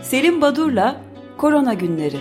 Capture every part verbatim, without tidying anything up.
Selim Badur'la Korona Günleri.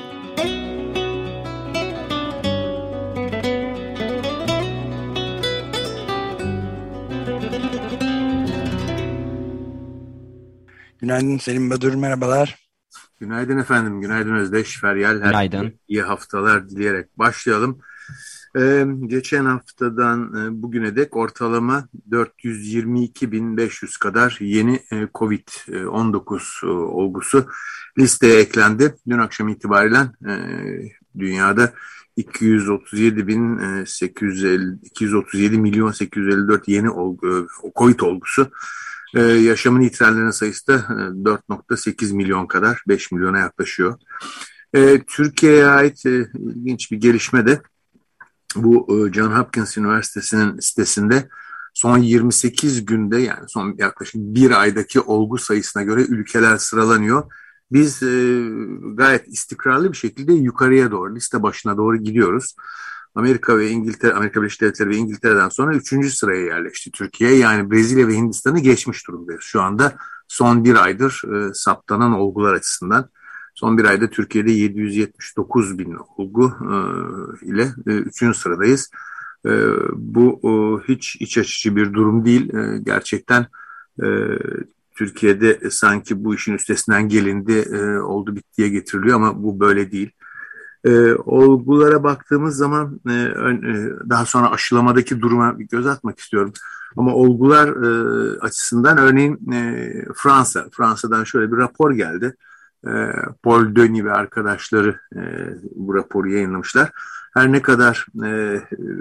Günaydın Selim Badur, merhabalar. Günaydın efendim, günaydın Özdeş, Feryal. Günaydın. İyi haftalar dileyerek başlayalım. Ee, geçen haftadan e, bugüne dek ortalama dört yüz yirmi iki bin beş yüz kadar yeni e, kovid on dokuz e, olgusu listeye eklendi. Dün akşam itibariyle e, dünyada iki yüz otuz yedi bin sekiz yüz elli, iki yüz otuz yedi milyon sekiz yüz elli dört yeni olgu, kovid olgusu. Ee, yaşamını yitirenlerin sayısı da dört virgül sekiz milyon kadar, beş milyona yaklaşıyor. Ee, Türkiye'ye ait e, ilginç bir gelişme de bu e, John Hopkins Üniversitesi'nin sitesinde son yirmi sekiz günde, yani son yaklaşık bir aydaki olgu sayısına göre ülkeler sıralanıyor. Biz e, gayet istikrarlı bir şekilde yukarıya doğru, liste başına doğru gidiyoruz. Amerika ve İngiltere, Amerika Birleşik Devletleri ve İngiltere'den sonra üçüncü sıraya yerleşti Türkiye. Yani Brezilya ve Hindistan'ı geçmiş durumdayız. Şu anda son bir aydır e, saptanan olgular açısından. Son bir ayda Türkiye'de yedi yüz yetmiş dokuz bin olgu e, ile e, üçüncü sıradayız. E, bu e, hiç iç açıcı bir durum değil. E, gerçekten e, Türkiye'de sanki bu işin üstesinden gelindi, e, oldu bittiye getiriliyor ama bu böyle değil. E, olgulara baktığımız zaman e, e, daha sonra aşılamadaki duruma bir göz atmak istiyorum. Ama olgular e, açısından örneğin e, Fransa, Fransa'dan şöyle bir rapor geldi. E, Paul Denis ve arkadaşları e, bu raporu yayınlamışlar. Her ne kadar e, e,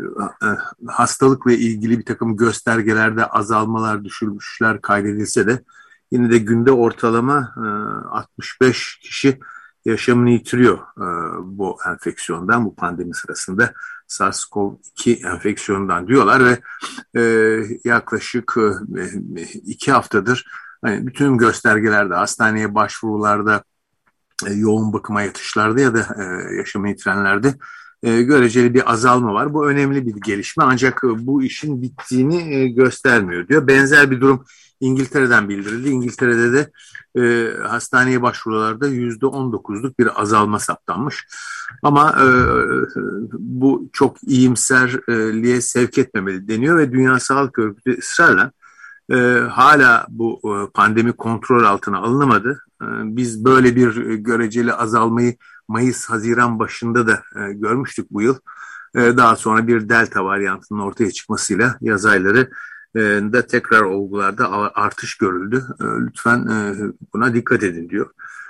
hastalıkla ilgili bir takım göstergelerde azalmalar, düşürmüşler kaydedilse de yine de günde ortalama e, altmış beş kişi yaşamını yitiriyor e, bu enfeksiyondan, bu pandemi sırasında SARS-CoV iki enfeksiyonundan diyorlar ve e, yaklaşık e, iki haftadır hani bütün göstergelerde, hastaneye başvurularda, e, yoğun bakıma yatışlarda ya da e, yaşamını yitirenlerde e, göreceli bir azalma var. Bu önemli bir gelişme ancak bu işin bittiğini e, göstermiyor diyor. Benzer bir durum İngiltere'den bildirildi. İngiltere'de de e, hastaneye başvurularda yüzde on dokuzluk bir azalma saptanmış. Ama e, bu çok iyimserliğe sevk etmemeli deniyor ve Dünya Sağlık Örgütü ısrarla e, hala bu e, pandemi kontrol altına alınamadı. E, biz böyle bir göreceli azalmayı Mayıs-Haziran başında da e, görmüştük bu yıl. E, daha sonra bir delta varyantının ortaya çıkmasıyla yaz ayları da tekrar olgularda artış görüldü. Lütfen buna dikkat edin diyor.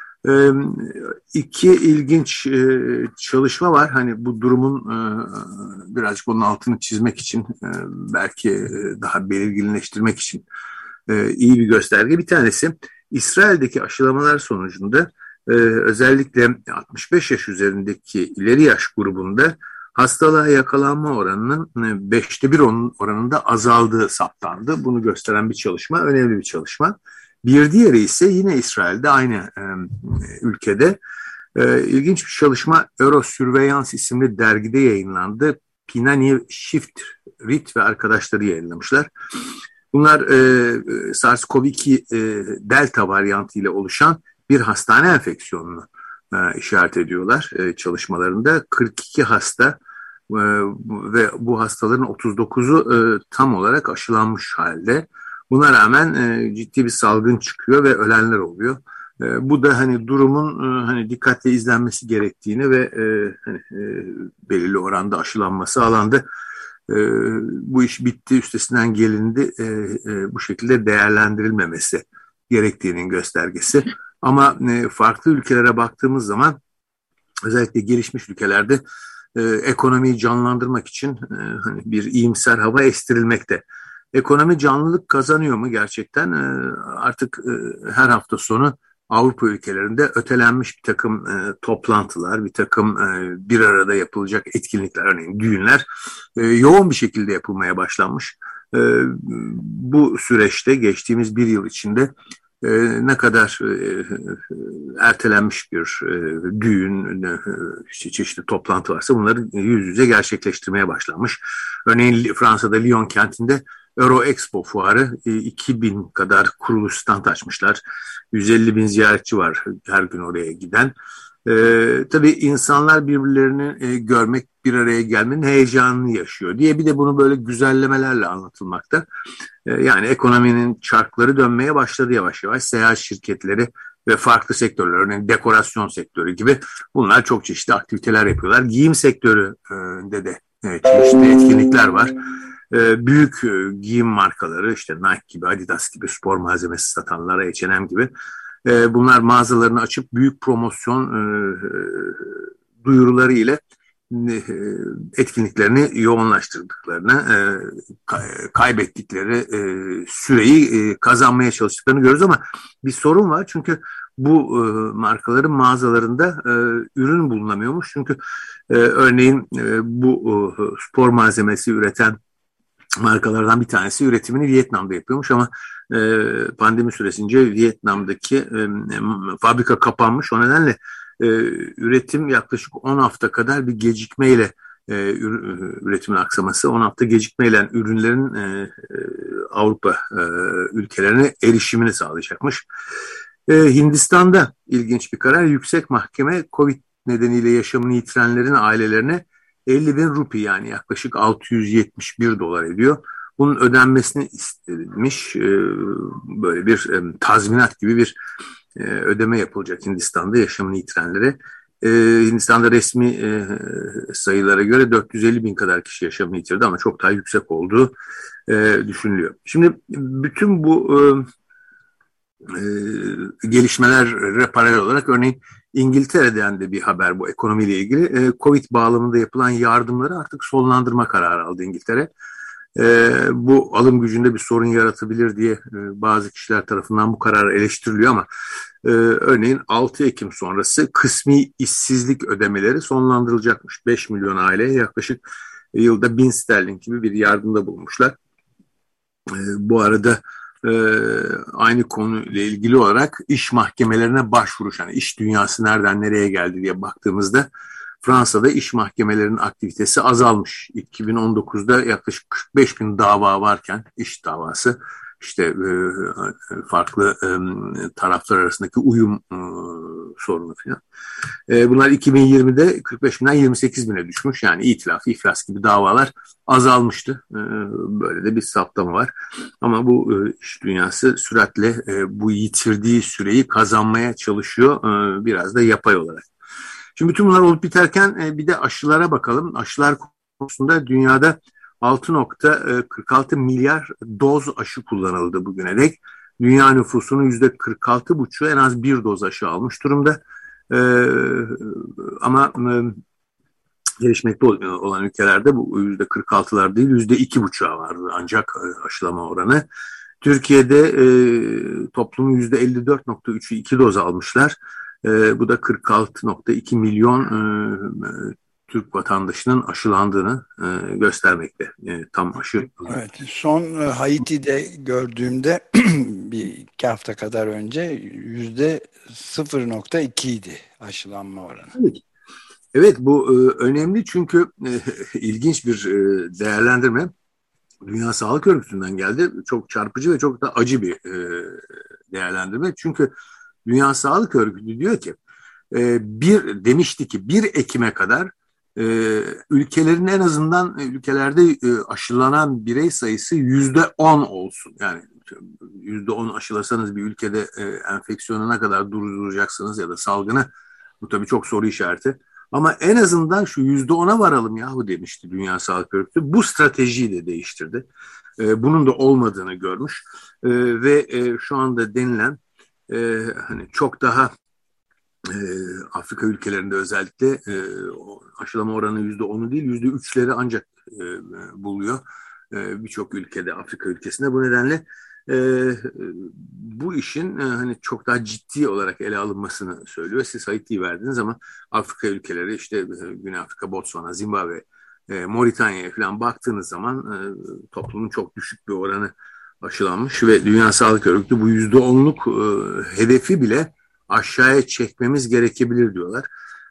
İki ilginç çalışma var. Hani bu durumun birazcık onun altını çizmek için, belki daha belirginleştirmek için iyi bir gösterge. Bir tanesi İsrail'deki aşılamalar sonucunda özellikle altmış beş yaş üzerindeki ileri yaş grubunda hastalığa yakalanma oranının beşte bir oranında azaldığı saptandı. Bunu gösteren bir çalışma, önemli bir çalışma. Bir diğeri ise yine İsrail'de, aynı e, ülkede e, ilginç bir çalışma Eurosurveillance isimli dergide yayınlandı. Pinani Shift-Rit ve arkadaşları yayınlamışlar. Bunlar e, SARS-CoV iki e, delta varyantı ile oluşan bir hastane enfeksiyonunu işaret ediyorlar çalışmalarında. kırk iki hasta ve bu hastaların otuz dokuzu tam olarak aşılanmış halde. Buna rağmen ciddi bir salgın çıkıyor ve ölenler oluyor. Bu da hani durumun hani dikkatle izlenmesi gerektiğini ve hani belirli oranda aşılanması sağlandı. Bu iş bitti, üstesinden gelindi, bu şekilde değerlendirilmemesi gerektiğinin göstergesi. Ama farklı ülkelere baktığımız zaman, özellikle gelişmiş ülkelerde e, ekonomiyi canlandırmak için e, hani bir iyimser hava estirilmekte. Ekonomi canlılık kazanıyor mu gerçekten? E, artık e, her hafta sonu Avrupa ülkelerinde ötelenmiş bir takım e, toplantılar, bir takım e, bir arada yapılacak etkinlikler, örneğin düğünler e, yoğun bir şekilde yapılmaya başlanmış. E, bu süreçte geçtiğimiz bir yıl içinde Ee, ne kadar e, ertelenmiş bir e, düğün, e, işte çeşitli toplantı varsa bunları yüz yüze gerçekleştirmeye başlanmış. Örneğin Fransa'da Lyon kentinde Euro Expo fuarı iki bin kadar kuruluş stand açmışlar. yüz elli bin ziyaretçi var her gün oraya giden. Ee, tabii insanlar birbirlerini e, görmek, bir araya gelmenin heyecanını yaşıyor diye bir de bunu böyle güzellemelerle anlatılmakta. Ee, yani ekonominin çarkları dönmeye başladı yavaş yavaş. Seyahat şirketleri ve farklı sektörler, örneğin dekorasyon sektörü gibi bunlar çok çeşitli aktiviteler yapıyorlar. Giyim sektöründe de e, çeşitli etkinlikler var. E, büyük e, giyim markaları işte Nike gibi, Adidas gibi spor malzemesi satanlara, H and M gibi e, bunlar mağazalarını açıp büyük promosyon e, duyuruları ile e, etkinliklerini yoğunlaştırdıklarını, e, kaybettikleri e, süreyi e, kazanmaya çalıştıklarını görüyoruz ama bir sorun var çünkü bu e, markaların mağazalarında e, ürün bulunamıyormuş. Çünkü e, örneğin e, bu e, spor malzemesi üreten markalardan bir tanesi üretimini Vietnam'da yapıyormuş ama e, pandemi süresince Vietnam'daki e, fabrika kapanmış. O nedenle e, üretim yaklaşık on hafta kadar bir gecikmeyle e, üretimin aksaması, on hafta gecikmeyle ürünlerin e, Avrupa e, ülkelerine erişimini sağlayacakmış. E, Hindistan'da ilginç bir karar. Yüksek Mahkeme Covid nedeniyle yaşamını yitirenlerin ailelerine elli bin rupi yani yaklaşık altı yüz yetmiş bir dolar ediyor. Bunun ödenmesini istenilmiş. E, böyle bir e, tazminat gibi bir e, ödeme yapılacak Hindistan'da yaşamını yitirenlere. E, Hindistan'da resmi e, sayılara göre dört yüz elli bin kadar kişi yaşamını yitirdi ama çok daha yüksek olduğu e, düşünülüyor. Şimdi bütün bu e, e, gelişmelere paralel olarak örneğin İngiltere'den de bir haber bu ekonomiyle ilgili. E, Covid bağlamında yapılan yardımları artık sonlandırma kararı aldı İngiltere. E, bu alım gücünde bir sorun yaratabilir diye e, bazı kişiler tarafından bu karar eleştiriliyor ama e, örneğin altı Ekim sonrası kısmi işsizlik ödemeleri sonlandırılacakmış. beş milyon aileye yaklaşık e, yılda bin sterlin gibi bir yardımda bulunmuşlar. E, bu arada Ee, aynı konuyla ilgili olarak iş mahkemelerine başvuruş, yani iş dünyası nereden nereye geldi diye baktığımızda Fransa'da iş mahkemelerinin aktivitesi azalmış. iki bin on dokuzda yaklaşık kırk beş bin dava varken iş davası işte e, farklı e, taraflar arasındaki uyum e, sorunu falan. E, bunlar iki bin yirmide kırk beş binden yirmi sekiz bine düşmüş. Yani itilaf, iflas gibi davalar azalmıştı. E, böyle de bir saptama var. Ama bu e, iş dünyası süratle e, bu yitirdiği süreyi kazanmaya çalışıyor. E, biraz da yapay olarak. Şimdi bütün bunlar olup biterken e, bir de aşılara bakalım. Aşılar konusunda dünyada altı nokta kırk altı milyar doz aşı kullanıldı bugüne dek. Dünya nüfusunun yüzde kırk altı buçuğu en az bir doz aşı almış durumda. Ee, ama e, gelişmekte olan ülkelerde bu yüzde kırk altılar değil yüzde iki buçuğa vardı ancak aşılama oranı. Türkiye'de e, toplumun yüzde elli dört nokta üçü iki doz almışlar. E, bu da kırk altı nokta iki milyon e, Türk vatandaşının aşılandığını e, göstermekte. E, tam aşı. Evet, son e, Haiti'de gördüğümde bir iki hafta kadar önce yüzde sıfır nokta iki idi aşılanma oranı. Evet, evet bu e, önemli çünkü e, ilginç bir e, değerlendirme. Dünya Sağlık Örgütü'nden geldi. Çok çarpıcı ve çok da acı bir e, değerlendirme. Çünkü Dünya Sağlık Örgütü diyor ki e, bir demişti ki bir Ekim'e kadar e, ülkelerin en azından ülkelerde e, aşılanan birey sayısı yüzde on olsun. Yani yüzde on aşılasanız bir ülkede e, enfeksiyonu ne kadar durduracaksınız ya da salgını, bu tabii çok soru işareti. Ama en azından şu yüzde ona varalım yahu demişti Dünya Sağlık Örgütü. Bu stratejiyi de değiştirdi. E, bunun da olmadığını görmüş e, ve e, şu anda denilen e, hani çok daha e, Afrika ülkelerinde özellikle e, aşılama oranı yüzde onu değil yüzde üçleri ancak e, buluyor. E, birçok ülkede, Afrika ülkesinde. Bu nedenle e, bu işin e, hani çok daha ciddi olarak ele alınmasını söylüyor. Siz Haiti'yi verdiniz ama Afrika ülkeleri işte e, Güney Afrika, Botswana, Zimbabwe, e, Moritanya'ya falan baktığınız zaman e, toplumun çok düşük bir oranı aşılanmış ve Dünya Sağlık Örgütü bu yüzde onluk e, hedefi bile aşağıya çekmemiz gerekebilir diyorlar.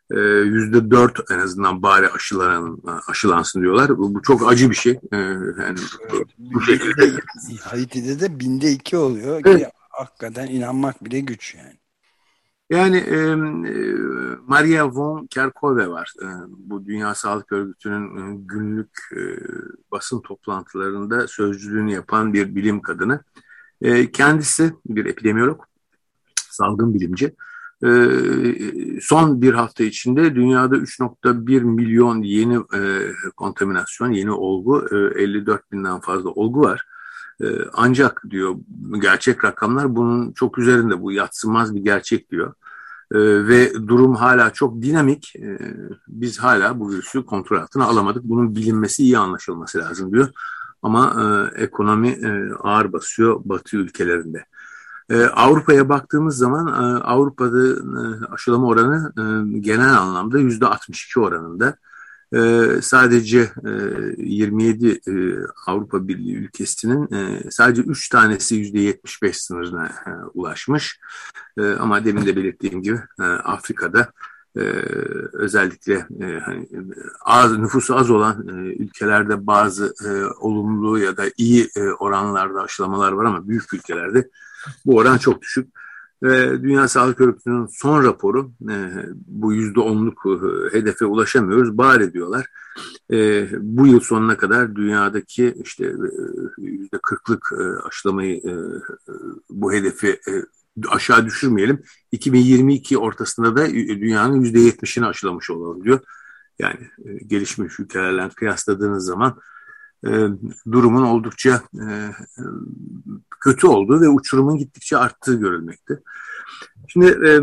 yüzde dört en azından bari aşılanan, aşılansın diyorlar. Bu, bu çok acı bir şey. Yani evet, bu şekilde. Haiti'de de binde iki oluyor evet. ki hakikaten inanmak bile güç yani. Yani e, Maria von Kerkhove var. E, bu Dünya Sağlık Örgütü'nün e, günlük e, basın toplantılarında sözcülüğünü yapan bir bilim kadını. E, kendisi bir epidemiyolog, salgın bilimci. E, son bir hafta içinde dünyada üç nokta bir milyon yeni e, kontaminasyon, yeni olgu, e, elli dört binden fazla olgu var. E, ancak diyor gerçek rakamlar bunun çok üzerinde, bu yadsınmaz bir gerçek diyor. Ee, ve durum hala çok dinamik. Ee, biz hala bu virüsü kontrol altına alamadık. Bunun bilinmesi, iyi anlaşılması lazım diyor. Ama e, ekonomi e, ağır basıyor Batı ülkelerinde. E, Avrupa'ya baktığımız zaman e, Avrupa'da e, aşılama oranı e, genel anlamda yüzde altmış iki oranında. Ee, sadece e, yirmi yedi e, Avrupa Birliği ülkesinin e, sadece üç tanesi yüzde yetmiş beş sınırına e, ulaşmış. E, ama demin de belirttiğim gibi e, Afrika'da e, özellikle e, hani, az, nüfusu az olan e, ülkelerde bazı e, olumlu ya da iyi e, oranlarda aşılamalar var ama büyük ülkelerde bu oran çok düşük. Dünya Sağlık Örgütü'nün son raporu bu yüzde onluk hedefe ulaşamıyoruz, bari diyorlar. Bu yıl sonuna kadar dünyadaki işte yüzde kırklık aşılamayı, bu hedefi aşağı düşürmeyelim. iki bin yirmi iki ortasında da dünyanın yüzde yetmişini aşılamış olalım diyor. Yani gelişmiş ülkelerle kıyasladığınız zaman E, durumun oldukça e, kötü olduğu ve uçurumun gittikçe arttığı görülmekte. Şimdi e,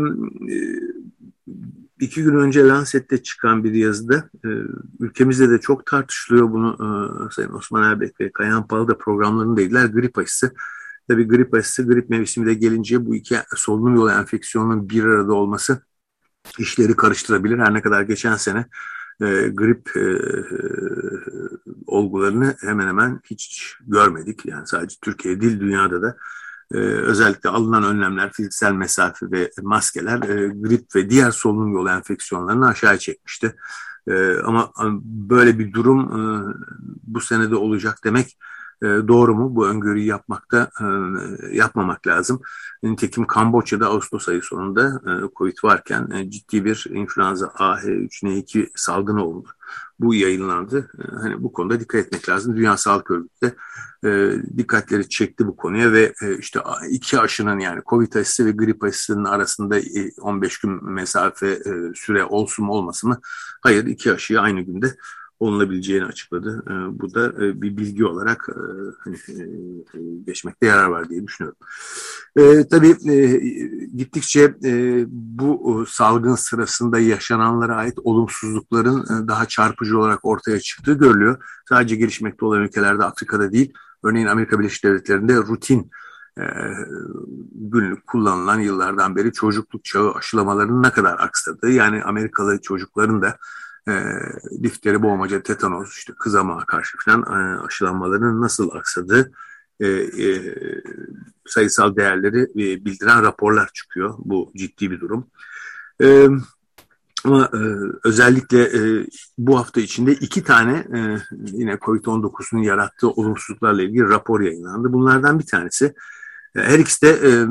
iki gün önce Lancet'te çıkan bir yazıda e, ülkemizde de çok tartışılıyor bunu. E, Sayın Osman Erbek ve Kayan Pal da programlarını dediler. Grip aşısı. Tabii grip aşısı, grip mevsimi de gelince bu iki solunum yolu enfeksiyonunun bir arada olması işleri karıştırabilir. Her ne kadar geçen sene E, grip e, olgularını hemen hemen hiç görmedik. Yani sadece Türkiye değil, dünyada da e, özellikle alınan önlemler, fiziksel mesafe ve maskeler e, grip ve diğer solunum yolu enfeksiyonlarını aşağı çekmişti. E, ama böyle bir durum e, bu senede olacak demek e, doğru mu? Bu öngörüyü yapmakta e, yapmamak lazım. Nitekim Kamboçya'da Ağustos ayı sonunda e, Covid varken e, ciddi bir influenza A H üç N iki salgını oldu. Bu yayınlandı. E, hani bu konuda dikkat etmek lazım. Dünya Sağlık Örgütü de e, dikkatleri çekti bu konuya ve e, işte iki aşının, yani Covid aşısı ve grip aşısının arasında e, on beş gün mesafe e, süre olsun mu olmasın mı? Hayır, iki aşıyı aynı günde olunabileceğini açıkladı. E, bu da e, bir bilgi olarak e, hani, e, geçmekte yarar var diye düşünüyorum. E, tabii e, gittikçe e, bu salgın sırasında yaşananlara ait olumsuzlukların e, daha çarpıcı olarak ortaya çıktığı görülüyor. Sadece gelişmekte olan ülkelerde, Afrika'da değil. Örneğin Amerika Birleşik Devletleri'nde rutin e, günlük kullanılan, yıllardan beri çocukluk çağı aşılamalarının ne kadar aksadığı, yani Amerikalı çocukların da E, difteri, boğmaca, tetanos, işte kızamağa karşı falan e, aşılanmalarının nasıl aksadığı e, e, sayısal değerleri e, bildiren raporlar çıkıyor. Bu ciddi bir durum. E, ama e, özellikle e, bu hafta içinde iki tane e, yine Covid on dokuzun yarattığı olumsuzluklarla ilgili rapor yayınlandı. Bunlardan bir tanesi, e, her ikisi de e, e,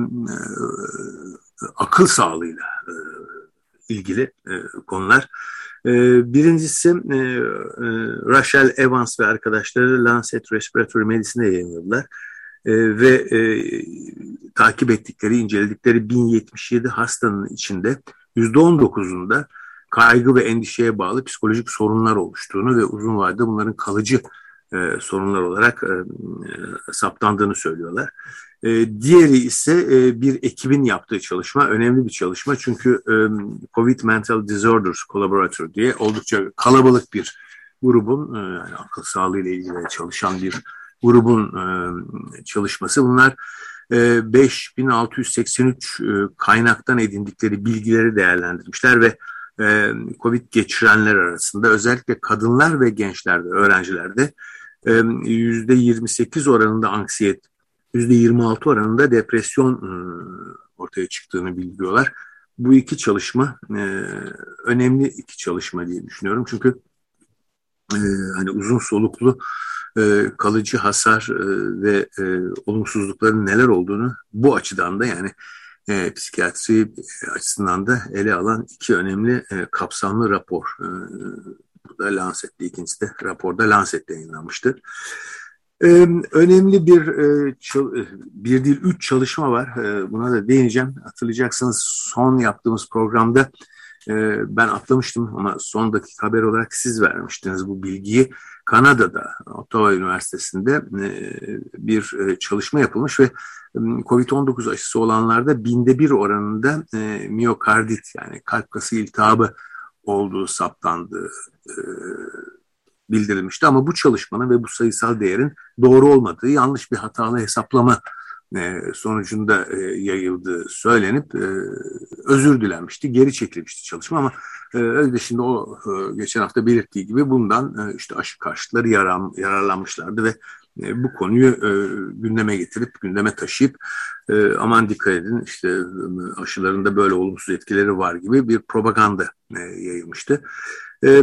akıl sağlığıyla e, ilgili e, konular. Birincisi e, Rachel Evans ve arkadaşları Lancet Respiratory Medicine'de yayınladılar e, ve e, takip ettikleri, inceledikleri bin yetmiş yedi hastanın içinde yüzde on dokuzunda kaygı ve endişeye bağlı psikolojik sorunlar oluştuğunu ve uzun vadede bunların kalıcı e, sorunlar olarak e, saptandığını söylüyorlar. E, diğeri ise e, bir ekibin yaptığı çalışma, önemli bir çalışma çünkü e, Covid Mental Disorders Collaborator diye oldukça kalabalık bir grubun, e, yani akıl sağlığı ile ilgili çalışan bir grubun e, çalışması. Bunlar e, beş bin altı yüz seksen üç e, kaynaktan edindikleri bilgileri değerlendirmişler ve e, Covid geçirenler arasında özellikle kadınlar ve gençlerde, öğrencilerde e, yüzde yirmi sekiz oranında anksiyete, yüzde yirmi altı oranında depresyon ortaya çıktığını bildiriyorlar. bu iki çalışma e, önemli iki çalışma diye düşünüyorum. Çünkü e, hani uzun soluklu e, kalıcı hasar e, ve e, olumsuzlukların neler olduğunu bu açıdan da yani e, psikiyatri açısından da ele alan iki önemli e, kapsamlı rapor. E, bu da Lancet'te, ikincisi de raporda Lancet'te yayınlanmıştı. Ee, önemli bir e, bir değil üç çalışma var. Ee, buna da değineceğim. Hatırlayacaksınız son yaptığımız programda e, ben atlamıştım ama son dakika haber olarak siz vermiştiniz bu bilgiyi. Kanada'da Ottawa Üniversitesi'nde e, bir e, çalışma yapılmış ve e, kovid on dokuz aşısı olanlarda binde bir oranında e, miyokardit yani kalp kası iltihabı olduğu saptandığı e, bildirilmişti ama bu çalışmanın ve bu sayısal değerin doğru olmadığı, yanlış bir hatalı hesaplama e, sonucunda e, yayıldığı söylenip e, özür dilenmişti, geri çekilmişti çalışma ama e, öyle de şimdi o e, geçen hafta belirttiği gibi bundan e, işte aşı karşıtları yarar, yararlanmışlardı ve e, bu konuyu e, gündeme getirip gündeme taşıyıp e, aman dikkat edin işte aşılarında böyle olumsuz etkileri var gibi bir propaganda e, yayılmıştı. E,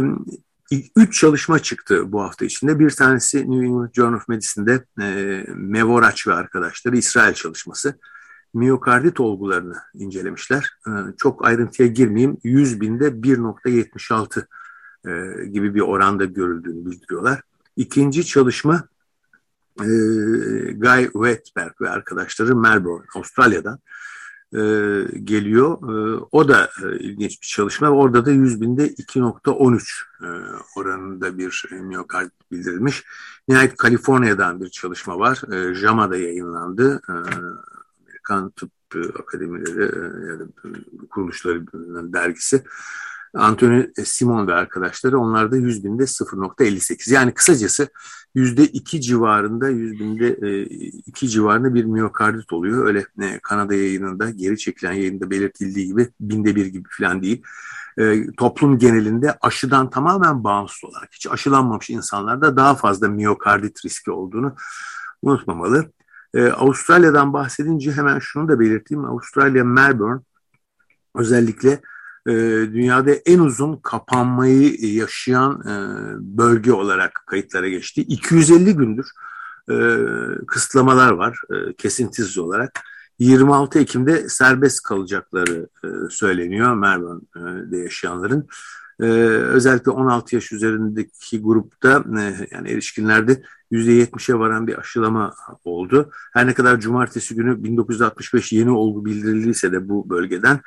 Üç çalışma çıktı bu hafta içinde. Bir tanesi New England Journal of Medicine'de e, Mevoraç ve arkadaşları İsrail çalışması. Miyokardit olgularını incelemişler. E, çok ayrıntıya girmeyeyim. yüz binde bir nokta yetmiş altı e, gibi bir oranda görüldüğünü bildiriyorlar. İkinci çalışma e, Guy Wetberg ve arkadaşları Melbourne, Avustralya'dan e, geliyor. E, o da e, ilginç bir çalışma. Orada da yüz binde iki nokta on üç e, oranında bir e, miyokard bildirilmiş. Nihayet Kaliforniya'dan bir çalışma var. E, JAMA'da yayınlandı. E, Amerikan Tıp Akademileri e, ya da kuruluşları dergisi. Anthony Simon ve arkadaşları onlar da yüz binde sıfır nokta elli sekiz. Yani kısacası yüzde iki civarında, yüz binde iki civarında bir miyokardit oluyor. Öyle Kanada yayınında, geri çekilen yayında belirtildiği gibi binde bir gibi falan değil. Toplum genelinde aşıdan tamamen bağımsız olarak hiç aşılanmamış insanlarda daha fazla miyokardit riski olduğunu unutmamalı. Avustralya'dan bahsedince hemen şunu da belirteyim. Avustralya, Melbourne özellikle dünyada en uzun kapanmayı yaşayan bölge olarak kayıtlara geçti. iki yüz elli gündür kısıtlamalar var kesintisiz olarak. yirmi altı Ekim'de serbest kalacakları söyleniyor Melbourne'de yaşayanların. Özellikle on altı yaş üzerindeki grupta yani erişkinlerde yüzde yetmişe varan bir aşılama oldu. Her ne kadar cumartesi günü bin dokuz yüz altmış beş yeni olgu bildirildiyse de bu bölgeden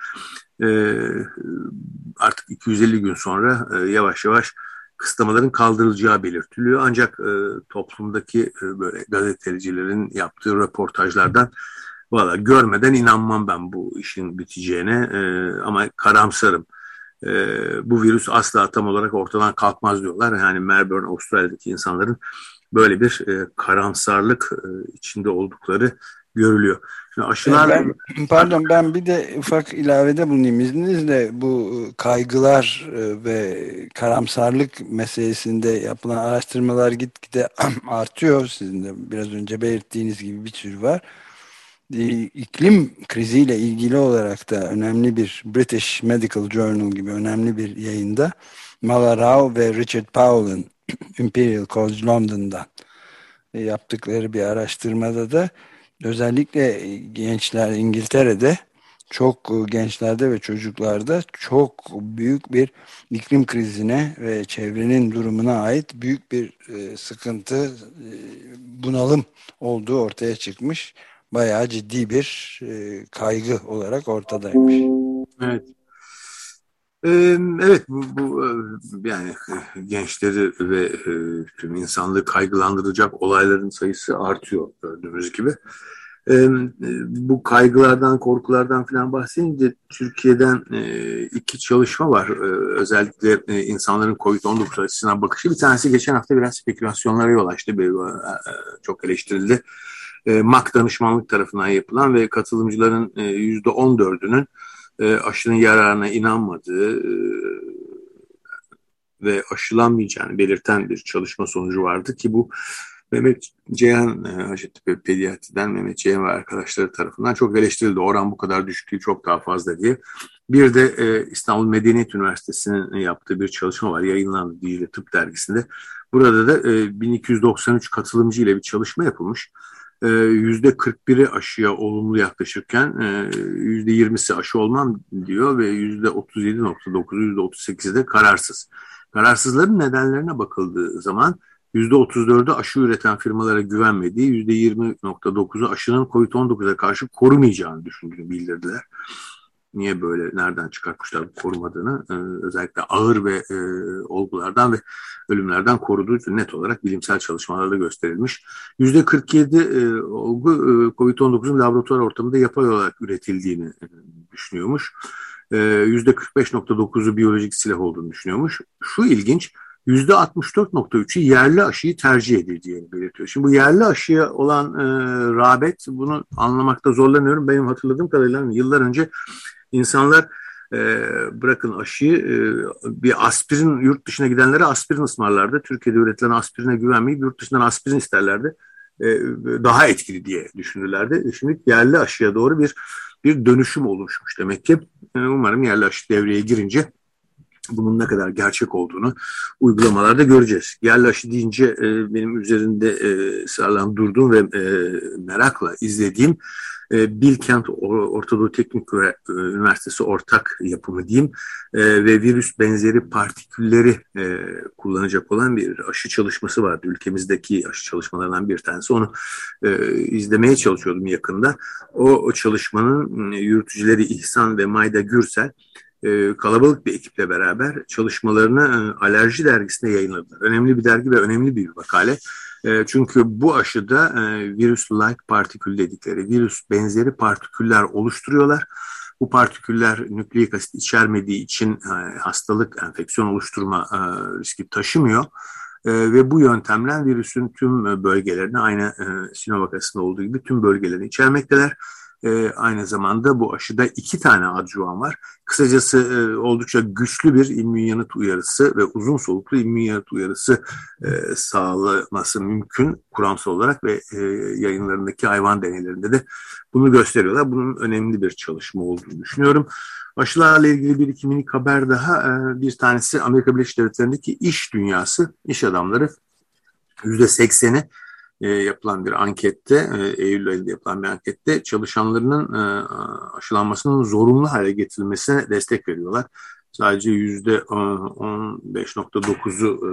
artık iki yüz elli gün sonra yavaş yavaş kısıtlamaların kaldırılacağı belirtiliyor. Ancak toplumdaki böyle gazetecilerin yaptığı röportajlardan valla görmeden inanmam ben bu işin biteceğine ama karamsarım. Bu virüs asla tam olarak ortadan kalkmaz diyorlar. Yani Melbourne, Avustralya'daki insanların böyle bir karamsarlık içinde oldukları görülüyor. Şimdi aşılarla... Ben, pardon ben bir de ufak ilavede bulunayım izninizle. Bu kaygılar ve karamsarlık meselesinde yapılan araştırmalar gitgide artıyor. Sizin de biraz önce belirttiğiniz gibi bir sürü var. İklim kriziyle ilgili olarak da önemli bir British Medical Journal gibi önemli bir yayında Mala Rao ve Richard Powell'ın Imperial College London'dan yaptıkları bir araştırmada da özellikle gençler İngiltere'de çok gençlerde ve çocuklarda çok büyük bir iklim krizine ve çevrenin durumuna ait büyük bir sıkıntı, bunalım olduğu ortaya çıkmış. Bayağı ciddi bir kaygı olarak ortadaymış. Evet. Ee, evet bu, bu yani gençleri ve tüm insanlığı kaygılandıracak olayların sayısı artıyor gördüğümüz gibi. Ee, bu kaygılardan, korkulardan falan bahsedince Türkiye'den e, iki çalışma var. Ee, özellikle e, insanların kovid on dokuz açısından bakışı. Bir tanesi geçen hafta biraz spekülasyonlara yol açtı. Bir, e, çok eleştirildi. E, M A K danışmanlık tarafından yapılan ve katılımcıların e, yüzde on dördünün e, aşının yararına inanmadığı e, ve aşılanmayacağını belirten bir çalışma sonucu vardı ki bu Mehmet Ceyhan, e, Hacettepe Pediatri'den Mehmet Ceyhan ve arkadaşları tarafından çok eleştirildi. Oran bu kadar düşük değil, çok daha fazla diye. Bir de e, İstanbul Medeniyet Üniversitesi'nin yaptığı bir çalışma var. Yayınlandı Dicle Tıp Dergisi'nde. Burada da e, bin iki yüz doksan üç katılımcı ile bir çalışma yapılmış. E, yüzde kırk biri aşıya olumlu yaklaşırken e, yüzde yirmisi aşı olmam diyor ve yüzde otuz yedi nokta dokuzu, yüzde otuz sekizi de kararsız. Kararsızların nedenlerine bakıldığı zaman yüzde otuz dördü aşı üreten firmalara güvenmediği, yüzde yirmi nokta dokuzu aşının kovid on dokuza karşı korumayacağını düşündüğünü bildirdiler. Niye böyle, nereden çıkartmışlar bu korumadığını, ee, özellikle ağır ve e, olgulardan ve ölümlerden koruduğu net olarak bilimsel çalışmalarda gösterilmiş. yüzde kırk yedi e, olgu e, kovid on dokuzun laboratuvar ortamında yapay olarak üretildiğini e, düşünüyormuş. E, yüzde kırk beş nokta dokuzu biyolojik silah olduğunu düşünüyormuş. Şu ilginç, yüzde altmış dört nokta üçü yerli aşıyı tercih edildiğini belirtiyor. Şimdi bu yerli aşıya olan e, rağbet, bunu anlamakta zorlanıyorum. Benim hatırladığım kadarıyla yıllar önce İnsanlar e, bırakın aşıyı, e, bir aspirin, yurt dışına gidenlere aspirin ısmarlardı. Türkiye'de üretilen aspirine güvenmeyip yurt dışından aspirin isterlerdi. E, daha etkili diye düşünürlerdi. Şimdi yerli aşıya doğru bir bir dönüşüm oluşmuş demek ki. E, umarım yerli aşı devreye girince bunun ne kadar gerçek olduğunu uygulamalarda göreceğiz. Yerli aşı deyince e, benim üzerinde e, ısrarla durduğum ve e, merakla izlediğim e, Bilkent Ortadoğu Teknik Üniversitesi ortak yapımı diyeyim e, ve virüs benzeri partikülleri e, kullanacak olan bir aşı çalışması vardı. Ülkemizdeki aşı çalışmalarından bir tanesi. Onu e, izlemeye çalışıyordum yakında. O, o çalışmanın yürütücüleri İhsan ve Mayda Gürsel kalabalık bir ekiple beraber çalışmalarını Alerji dergisinde yayınladılar. Önemli bir dergi ve önemli bir makale. Çünkü bu aşıda virüs-like partikül dedikleri virüs benzeri partiküller oluşturuyorlar. Bu partiküller nükleik asit içermediği için hastalık, enfeksiyon oluşturma riski taşımıyor. Ve bu yöntemle virüsün tüm bölgelerine, aynı Sinovac aşısında olduğu gibi tüm bölgelerini içermekteler. E, aynı zamanda bu aşıda iki tane adjuvan var. Kısacası e, oldukça güçlü bir immün yanıt uyarısı ve uzun soluklu immün yanıt uyarısı e, sağlaması mümkün kuramsal olarak ve e, yayınlarındaki hayvan deneylerinde de bunu gösteriyorlar. Bunun önemli bir çalışma olduğunu düşünüyorum. Aşılarla ilgili bir iki minik haber daha. E, bir tanesi Amerika Birleşik Devletleri'ndeki iş dünyası, iş adamları yüzde sekseni E, yapılan bir ankette, e, Eylül ayında yapılan bir ankette çalışanlarının e, aşılanmasının zorunlu hale getirilmesine destek veriyorlar. Sadece yüzde on beş nokta dokuzu e,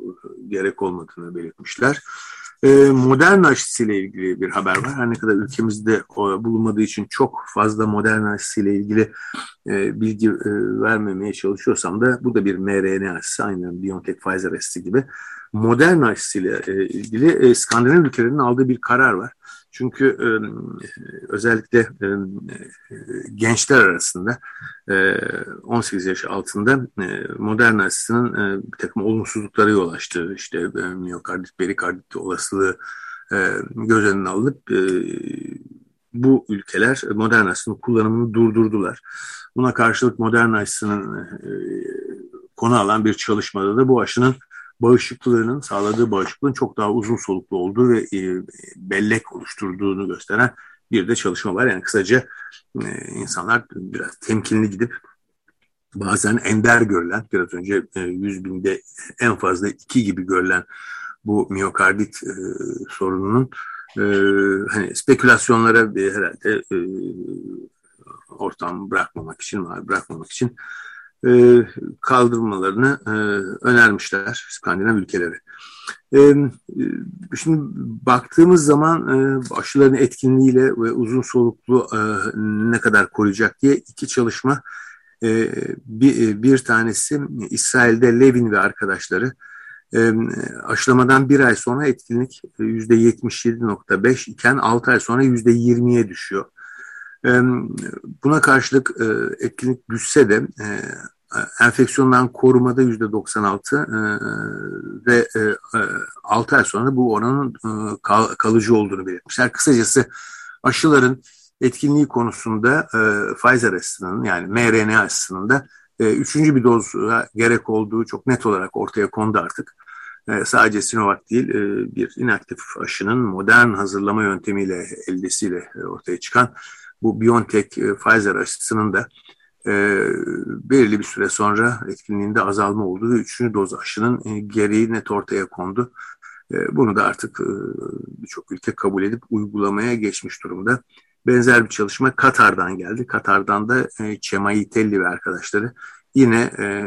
gerek olmadığını belirtmişler. E, Moderna aşısıyla ilgili bir haber var. Her ne kadar ülkemizde o, bulunmadığı için çok fazla Moderna aşısıyla ilgili e, bilgi e, vermemeye çalışıyorsam da bu da bir M R N A aşısı, aynen BioNTech Pfizer aşısı gibi. Moderna aşısıyla e, ilgili e, Skandinav ülkelerinin aldığı bir karar var. Çünkü e, özellikle e, gençler arasında e, on sekiz yaş altında e, Moderna aşısının e, bir takım olumsuzluklara yol açtığı, işte e, miyokardit, perikardit olasılığı e, göz önüne alınıp e, bu ülkeler Moderna aşısının kullanımını durdurdular. Buna karşılık Moderna aşısının e, konu alan bir çalışmada da bu aşının bağışıklığının, sağladığı bağışıklığın çok daha uzun soluklu olduğu ve e, bellek oluşturduğunu gösteren bir de çalışma var. Yani kısaca e, insanlar biraz temkinli gidip bazen ender görülen, biraz önce e, yüz binde en fazla iki gibi görülen bu miyokardit e, sorununun e, hani spekülasyonlara e, herhalde e, ortam bırakmamak için, bırakmamak için E, kaldırmalarını e, önermişler Skandinav ülkeleri. E, şimdi baktığımız zaman e, aşıların etkinliğiyle ve uzun soluklu e, ne kadar koruyacak diye iki çalışma, e, bir, bir tanesi İsrail'de Levin ve arkadaşları e, aşılamadan bir ay sonra etkinlik yüzde yetmiş yedi nokta beş iken altı ay sonra yüzde yirmiye düşüyor. Buna karşılık etkinlik düşse de enfeksiyondan korumada yüzde doksan altı ve altı ay sonra bu oranın kalıcı olduğunu belirtmişler. Kısacası aşıların etkinliği konusunda Pfizer aşısının, yani M R N A aşısının da üçüncü bir doza gerek olduğu çok net olarak ortaya kondu artık. e, sadece Sinovac değil e, bir inaktif aşının modern hazırlama yöntemiyle eldesiyle e, ortaya çıkan bu BioNTech e, Pfizer aşısının da e, belirli bir süre sonra etkinliğinde azalma oldu ve üçüncü doz aşının e, gereği net ortaya kondu. E, bunu da artık e, birçok ülke kabul edip uygulamaya geçmiş durumda. Benzer bir çalışma Katar'dan geldi. Katar'dan da e, Cemaitelli ve arkadaşları yine e,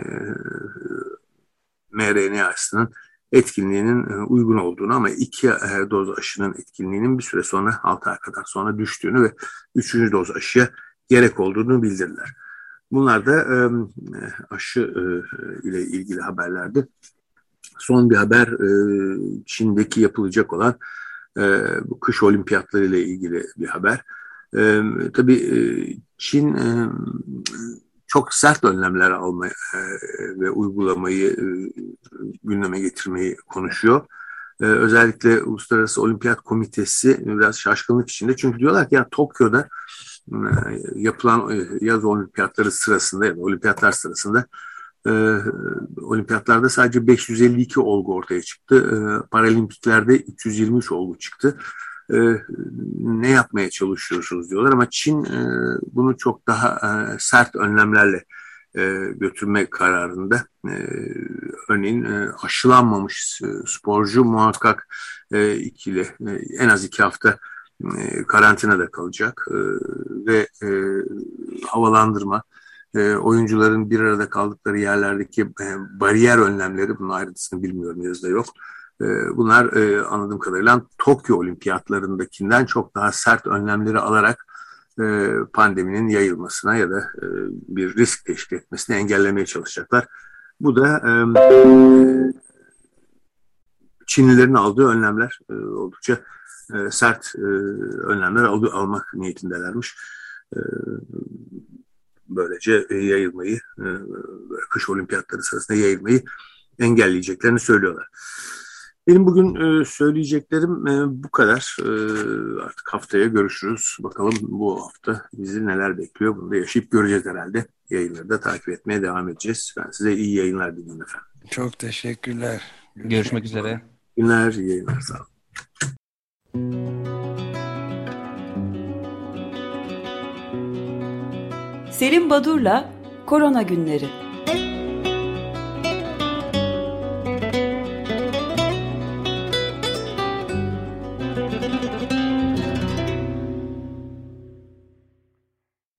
mRNA aşısının etkinliğinin e, uygun olduğunu ama iki e, doz aşının etkinliğinin bir süre sonra altı ay kadar sonra düştüğünü ve üçüncü doz aşıya gerek olduğunu bildirdiler. Bunlar da e, aşı e, ile ilgili haberlerdi. Son bir haber e, Çin'deki yapılacak olan e, bu kış olimpiyatları ile ilgili bir haber. E, tabii e, Çin e, çok sert önlemler almayı e, ve uygulamayı e, gündeme getirmeyi konuşuyor. E, özellikle Uluslararası Olimpiyat Komitesi biraz şaşkınlık içinde. Çünkü diyorlar ki ya Tokyo'da e, yapılan e, yaz olimpiyatları sırasında ya da olimpiyatlar sırasında e, olimpiyatlarda sadece beş yüz elli iki olgu ortaya çıktı. E, Paralimpiklerde üç yüz yirmi üç olgu çıktı. E, ne yapmaya çalışıyorsunuz diyorlar ama Çin e, bunu çok daha e, sert önlemlerle e, götürme kararında. E, örneğin e, aşılanmamış e, sporcu muhakkak e, ikili e, en az iki hafta e, karantinada kalacak e, ve e, havalandırma, e, oyuncuların bir arada kaldıkları yerlerdeki e, bariyer önlemleri, bunun ayrıntısını bilmiyorum, yazıda yok. Bunlar anladığım kadarıyla Tokyo Olimpiyatlarındakinden çok daha sert önlemleri alarak pandeminin yayılmasına ya da bir risk teşkil etmesini engellemeye çalışacaklar. Bu da Çinlilerin aldığı önlemler, oldukça sert önlemler almak niyetindelermiş. Böylece yayılmayı, kış olimpiyatları sırasında yayılmayı engelleyeceklerini söylüyorlar. Benim bugün e, söyleyeceklerim e, bu kadar. E, artık haftaya görüşürüz. Bakalım bu hafta bizi neler bekliyor. Bunu da yaşayıp göreceğiz herhalde. Yayınları da takip etmeye devam edeceğiz. Ben size iyi yayınlar diliyorum efendim. Çok teşekkürler. Görüşmek, Görüşmek üzere. Günler, iyi yayınlar. Sağ olun. Selim Badur'la Korona Günleri.